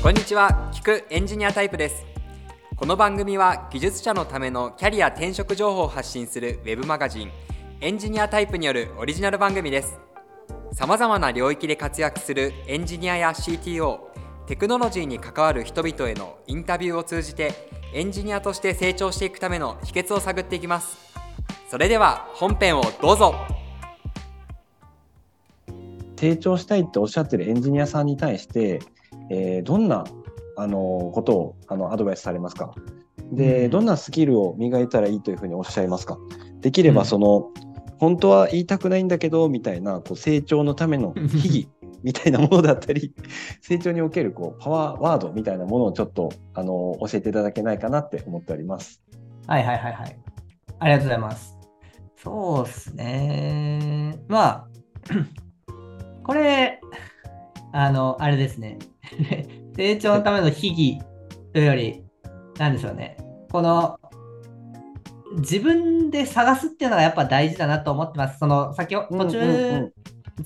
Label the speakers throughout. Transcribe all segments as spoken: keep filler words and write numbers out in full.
Speaker 1: こんにちは、聞くエンジニアタイプです。この番組は技術者のためのキャリア転職情報を発信するウェブマガジンエンジニアタイプによるオリジナル番組です。さまざまな領域で活躍するエンジニアや シーティーオー、テクノロジーに関わる人々へのインタビューを通じてエンジニアとして成長していくための秘訣を探っていきます。それでは本編をどうぞ。
Speaker 2: 成長したいっておっしゃってるエンジニアさんに対して、えー、どんなあのことをあのアドバイスされますか？で、うん、どんなスキルを磨いたらいいというふうにおっしゃいますか？できればその、うん、本当は言いたくないんだけどみたいなこう成長のための秘技みたいなものだったり成長におけるこうパワーワードみたいなものをちょっとあの教えていただけないかなって思っております。
Speaker 3: はいはいはいはい。ありがとうございます。そうですね。まあこれあのあれですね成長のための秘技というよりなんでしょうね、この自分で探すっていうのがやっぱ大事だなと思ってます。その先ほど途中、うんうんうん、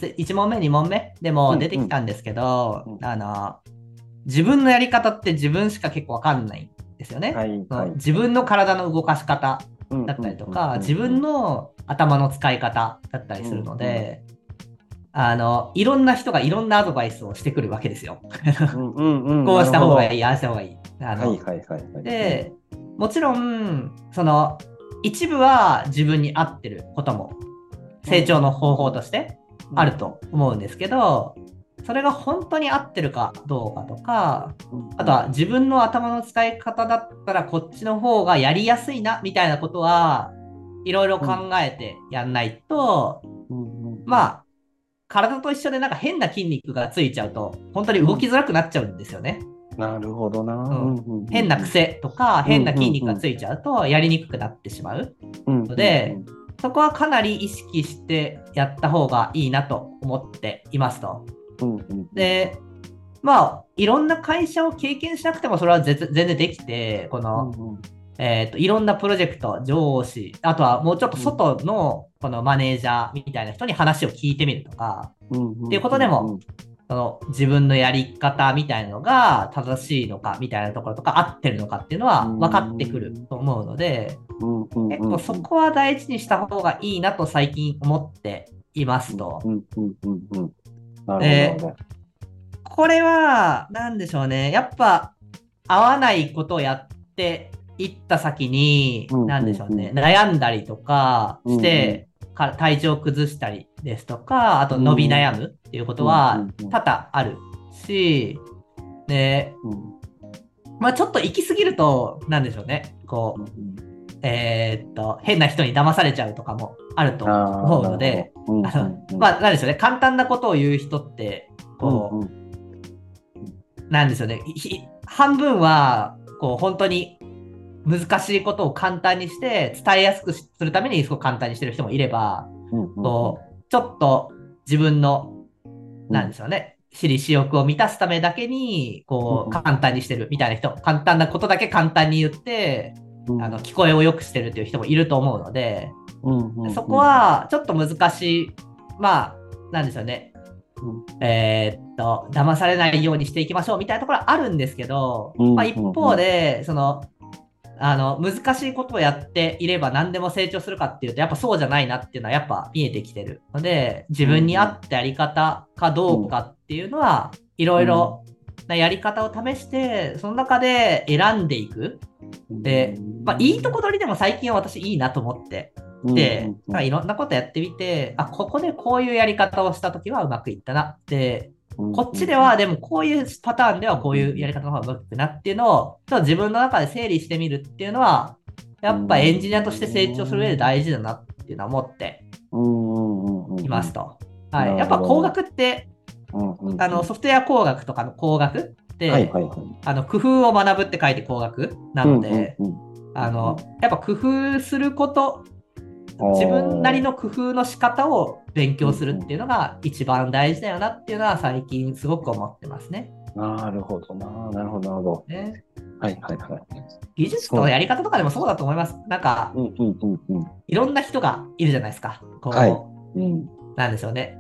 Speaker 3: いち問目に問目でも出てきたんですけど、うんうん、あの自分のやり方って自分しか結構わかんないんですよね、はいはい、自分の体の動かし方だったりとか、うんうんうんうん、自分の頭の使い方だったりするので、うんうん、あのいろんな人がいろんなアドバイスをしてくるわけですようんうん、うん、こうした方がいい、ああした方がいい。あの、はいはいはいはい、でもちろんその一部は自分に合ってることも成長の方法としてあると思うんですけど、それが本当に合ってるかどうかとか、あとは自分の頭の使い方だったらこっちの方がやりやすいなみたいなことはいろいろ考えてやんないと、まあ体と一緒でなんか変な筋肉がついちゃうと本当に動きづらくなっちゃうんですよね。
Speaker 2: なるほどな、
Speaker 3: うんうん、変な癖とか変な筋肉がついちゃうとやりにくくなってしまうので、うんうんうん、そこはかなり意識してやった方がいいなと思っていますと、うんうん、でまあいろんな会社を経験しなくてもそれは全然できて、この、うんうんえーと、いろんなプロジェクト上司、あとはもうちょっと外のこのマネージャーみたいな人に話を聞いてみるとか、うんうんうんうん、っていうことでもその自分のやり方みたいなのが正しいのかみたいなところとか合ってるのかっていうのは分かってくると思うので、結構そこは大事にした方がいいなと最近思っていますと。で、これは何でしょうね、やっぱ合わないことをやっていった先に何でしょうね、悩んだりとかして体調崩したりですとか、あと伸び悩むっていうことは多々あるし、で、まあちょっと行き過ぎると何でしょうね、こうえー、っと変な人に騙されちゃうとかもあると思うので、あのまあ何でしょうね、簡単なことを言う人ってこうなんでしょうね、半分はこう本当に難しいことを簡単にして伝えやすくするためにすごく簡単にしてる人もいれば、うんうんうん、こうちょっと自分の、なんでしょうね、私利私欲を満たすためだけにこう簡単にしてるみたいな人、簡単なことだけ簡単に言って、うん、あの聞こえを良くしてるっていう人もいると思うので、うんうんうん、そこはちょっと難しい、まあなんでしょうね、うん、えー、っと騙されないようにしていきましょうみたいなところはあるんですけど、うんうんうん、まあ、一方でそのあの難しいことをやっていれば何でも成長するかっていうとやっぱそうじゃないなっていうのはやっぱ見えてきてるので、自分に合ったやり方かどうかっていうのはいろいろなやり方を試してその中で選んでいく。で、まあ、いいとこ取りでも最近は私いいなと思ってで、いろんなことやってみて、あ、ここでこういうやり方をしたときはうまくいったなってこっちではでもこういうパターンではこういうやり方の方がうまくなっていうのをちょっと自分の中で整理してみるっていうのはやっぱエンジニアとして成長する上で大事だなっていうのは思っていますと。はい、やっぱ工学ってあのソフトウェア工学とかの工学って、はいはいはい、あの工夫を学ぶって書いて工学なので、あのやっぱ工夫すること自分なりの工夫の仕方を勉強するっていうのが一番大事だよなっていうのは最近すごく思ってますね。
Speaker 2: なるほどな、なるほどなるほど。ね、はいはいはい。
Speaker 3: 技術のやり方とかでもそうだと思います。なんか、うんうんうんうん、いろんな人がいるじゃないですか。こう、はい、うん、なんでしょうね。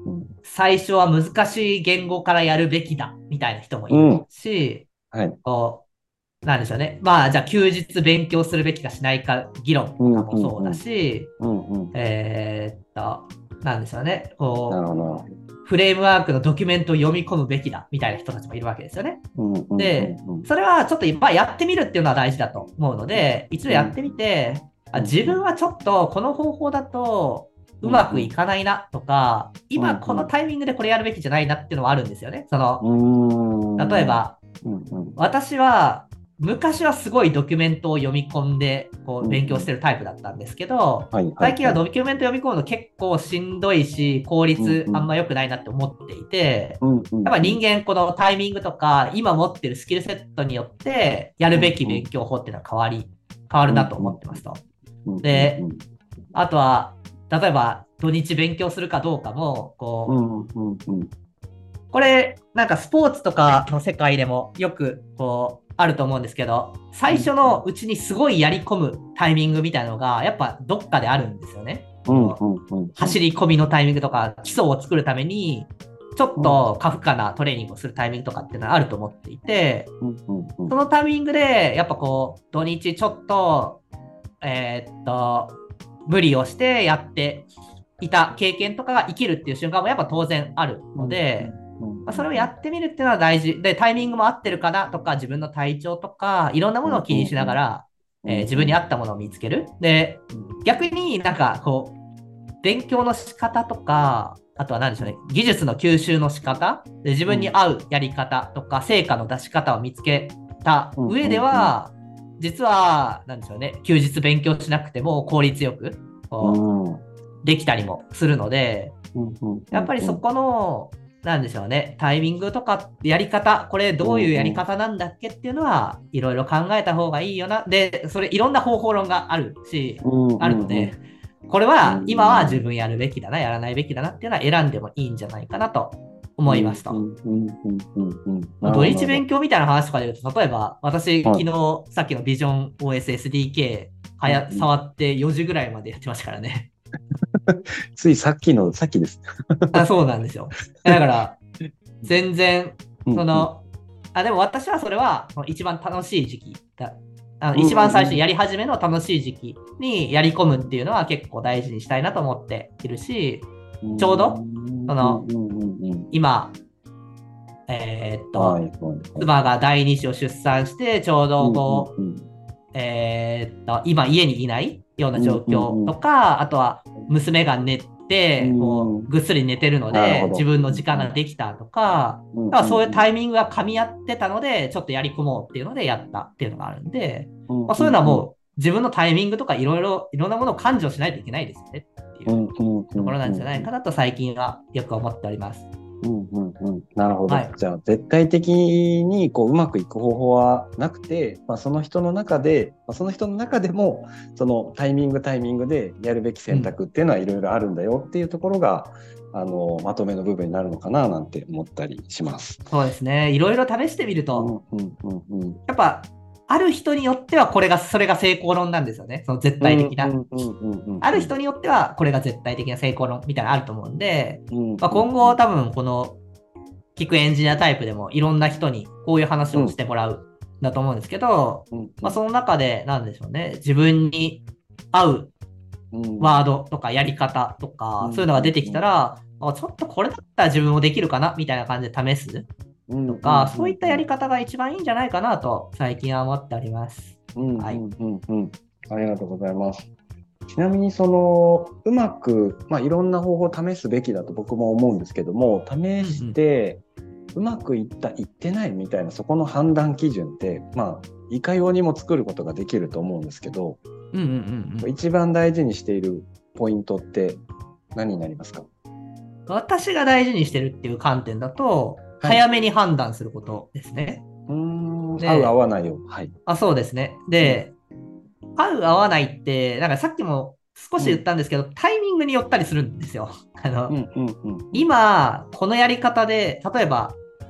Speaker 3: 最初は難しい言語からやるべきだみたいな人もいるし、
Speaker 2: うんはい、
Speaker 3: こうなんでしょうね。まあ、じゃあ休日勉強するべきかしないか議論とかもそうだし、えー、っと、なんでしょうね。こう
Speaker 2: なるほど
Speaker 3: フレームワークのドキュメントを読み込むべきだみたいな人たちもいるわけですよね。で、それはちょっとまあやってみるっていうのは大事だと思うので、一度やってみて、あ自分はちょっとこの方法だとうまくいかないなとか、今このタイミングでこれやるべきじゃないなっていうのはあるんですよね。その例えば、私は昔はすごいドキュメントを読み込んでこう勉強してるタイプだったんですけど、最近はドキュメント読み込むの結構しんどいし、効率あんま良くないなって思っていて、やっぱ人間このタイミングとか今持ってるスキルセットによってやるべき勉強法っていうのは変わり、変わるなと思ってますと。で、あとは例えば土日勉強するかどうかも、こう、これなんかスポーツとかの世界でもよくこう、あると思うんですけど、最初のうちにすごいやり込むタイミングみたいなのがやっぱどっかであるんですよね。走り込みのタイミングとか基礎を作るためにちょっと過負荷なトレーニングをするタイミングとかっていうのはあると思っていて、そのタイミングでやっぱこう土日ちょっとえー、っと無理をしてやっていた経験とかが生きるっていう瞬間もやっぱ当然あるので、まあ、それをやってみるっていうのは大事で、タイミングも合ってるかなとか、自分の体調とか、いろんなものを気にしながら、えー、自分に合ったものを見つける。で、逆になんかこう、勉強の仕方とか、あとは何でしょうね、技術の吸収の仕方で、自分に合うやり方とか、成果の出し方を見つけた上では、実は、何でしょうね、休日勉強しなくても効率よくこうできたりもするので、やっぱりそこの、なんでしょうね、タイミングとかやり方、これどういうやり方なんだっけっていうのはいろいろ考えた方がいいよな。で、それいろんな方法論があるし、あるので、これは今は自分やるべきだな、やらないべきだなっていうのは選んでもいいんじゃないかなと思いますと。土日勉強みたいな話とかで言うと、例えば私、昨日さっきのビジョン オーエスエスディーケー はや触ってよじぐらいまでやってましたからね。
Speaker 2: ついさっきの、さっきです。
Speaker 3: あ、そうなんですよ。だから、全然、その、あ、でも私はそれは一番楽しい時期だ。あの一番最初にやり始めの楽しい時期にやり込むっていうのは結構大事にしたいなと思っているし、ちょうど、その、今、えー、っと、妻が第二子を出産して、ちょうどこう、えー、っと、今家にいないような状況とか、あとは娘が寝て、こうぐっすり寝てるので、自分の時間ができたとか、だからそういうタイミングが噛み合ってたので、ちょっとやり込もうっていうのでやったっていうのがあるんで、まあ、そういうのはもう自分のタイミングとかいろいろ、いろんなものを感情しないといけないですよねっていうところなんじゃないかなと最近はよく思っております。
Speaker 2: うんうんうん、なるほど、はい、じゃあ絶対的にこううまくいく方法はなくて、まあ、その人の中で、まあ、その人の中でもそのタイミングタイミングでやるべき選択っていうのはいろいろあるんだよっていうところが、うん、あのまとめの部分になるのかななんて思ったりします。
Speaker 3: そうですね、いろいろ試してみると、うんうんうんうん、やっぱある人によってはこれがそれが成功論なんですよね。その絶対的な。ある人によってはこれが絶対的な成功論みたいなのあると思うんで、まあ、今後多分この聞くエンジニアタイプでもいろんな人にこういう話をしてもらうんだと思うんですけど、まあ、その中で何でしょうね、自分に合うワードとかやり方とかそういうのが出てきたら、あちょっとこれだったら自分もできるかなみたいな感じで試す。とか、そういったやり方が一番いいんじゃないかなと最近は思っております。
Speaker 2: はい。うんうん、ありがとうございます。ちなみにそのうまく、まあ、いろんな方法を試すべきだと僕も思うんですけども、試してうまくいったいってないみたいなそこの判断基準って、まあ、いかようにも作ることができると思うんですけど、うんうんうんうん、一番大事にしているポイントって何になりますか？
Speaker 3: 私が大事にしてるっていう観点だと、早めに判断することですね。
Speaker 2: うーん、合う合わないよ。はい。
Speaker 3: あ、そうですね。で、うん、合う合わないって、なんかさっきも少し言ったんですけど、うん、タイミングによったりするんですよ。あの、うんうんうん、今、このやり方で、例えば、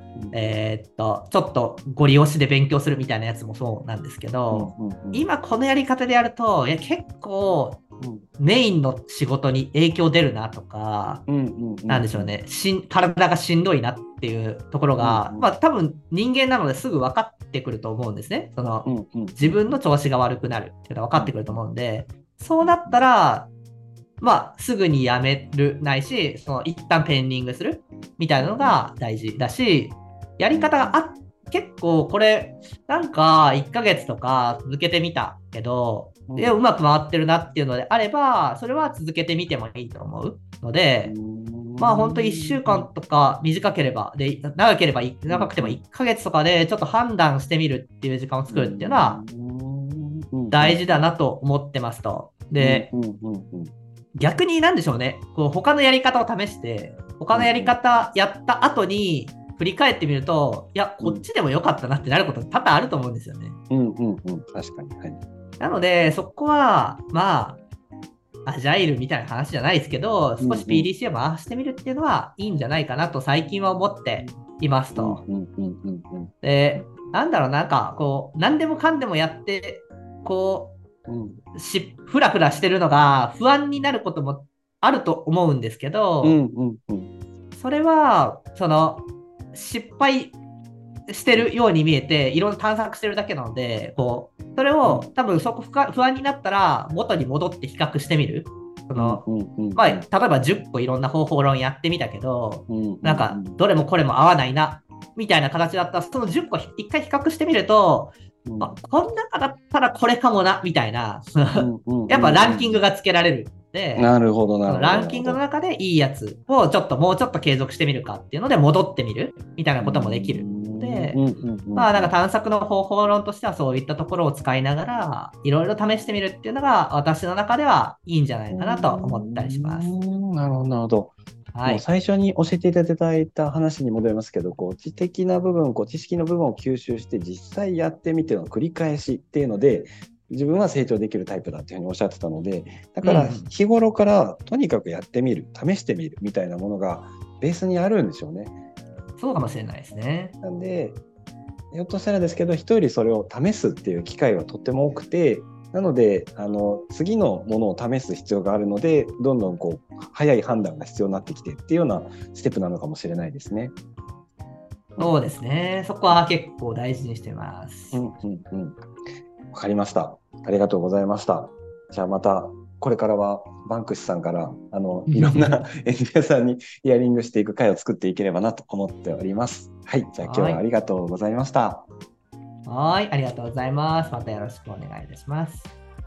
Speaker 3: えーっと、ちょっとゴリ押しで勉強するみたいなやつもそうなんですけど、
Speaker 2: うんうんうん、
Speaker 3: 今このやり方でやると、いや結構メインの仕事に影響出るなとか、
Speaker 2: うんうんうんうん、
Speaker 3: なんでしょうね、しん体がしんどいなっていうところが、うんうん、まあ多分人間なのですぐ分かってくると思うんですね。その、うんうん、自分の調子が悪くなるっていうのは分かってくると思うんで、そうなったら、まあすぐにやめるないし、その一旦ペンディングするみたいなのが大事だし、やり方があ結構これなんかいっかげつとか続けてみたけど、いやうまく回ってるなっていうのであれば、それは続けてみてもいいと思うので、まあ本当いっしゅうかんとか短ければ、で長ければ長くてもいっかげつとかでちょっと判断してみるっていう時間を作るっていうのは大事だなと思ってますと。で、逆に何でしょうね、こう他のやり方を試して、他のやり方やった後に振り返ってみると、いや、こっちでも良かったなってなること多々あると思うんですよね。
Speaker 2: うんうんうん、確かに。はい、
Speaker 3: なので、そこは、まあ、アジャイルみたいな話じゃないですけど、少し ピーディーシー を回してみるっていうのはいいんじゃないかなと最近は思っていますと。で、なんだろう、なんか、こう、何でもかんでもやって、こう、うん、しふらふらしてるのが不安になることもあると思うんですけど、うんうんうん、それは、その、失敗してるように見えて、いろんな探索してるだけなので、こう、それを多分そこ不安になったら元に戻って比較してみる。その、まあ、例えばじゅっこいろんな方法論やってみたけど、なんかどれもこれも合わないな、みたいな形だったら、そのじゅっこ一回比較してみると、あ、こん中だったらこれかもな、みたいな、やっぱランキングがつけられる。で、
Speaker 2: なるほどなるほど。
Speaker 3: ランキングの中でいいやつをちょっともうちょっと継続してみるかっていうので戻ってみるみたいなこともできるので、まあなんか探索の方法論としてはそういったところを使いながらいろいろ試してみるっていうのが私の中ではいいんじゃないかなと思ったりします。
Speaker 2: なるほどなるほど。はい、もう最初に教えていただいた話に戻りますけど、こう知的な部分、こう知識の部分を吸収して実際やってみての繰り返しっていうので、自分は成長できるタイプだっていうふうにおっしゃってたので、だから日頃からとにかくやってみる、試してみるみたいなものがベースにあるんでしょうね。
Speaker 3: そうかもしれないですね。
Speaker 2: なんで、ひょっとしたらですけど、人よりそれを試すっていう機会はとっても多くて、なのであの次のものを試す必要があるので、どんどんこう早い判断が必要になってきてっていうようなステップなのかもしれないですね。
Speaker 3: そうですね。そこは結構大事にしてます。
Speaker 2: うんうんうん。わかりました。ありがとうございました。じゃあまたこれからはバンクシさんからあのいろんなエンジニアさんにヒアリングしていく会を作っていければなと思っております。はい。じゃあ今日はありがとうございました。
Speaker 3: はい、ありがとうございます。またよろしくお願いいたします。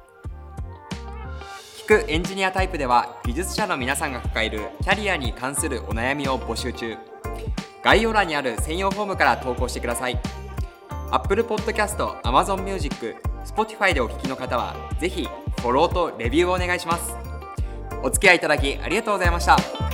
Speaker 1: 聞くエンジニアタイプでは技術者の皆さんが抱えるキャリアに関するお悩みを募集中。概要欄にある専用フォームから投稿してください。Apple Podcast、Amazon Music、Spotify でお聞きの方はぜひフォローとレビューをお願いします。お付き合いいただきありがとうございました。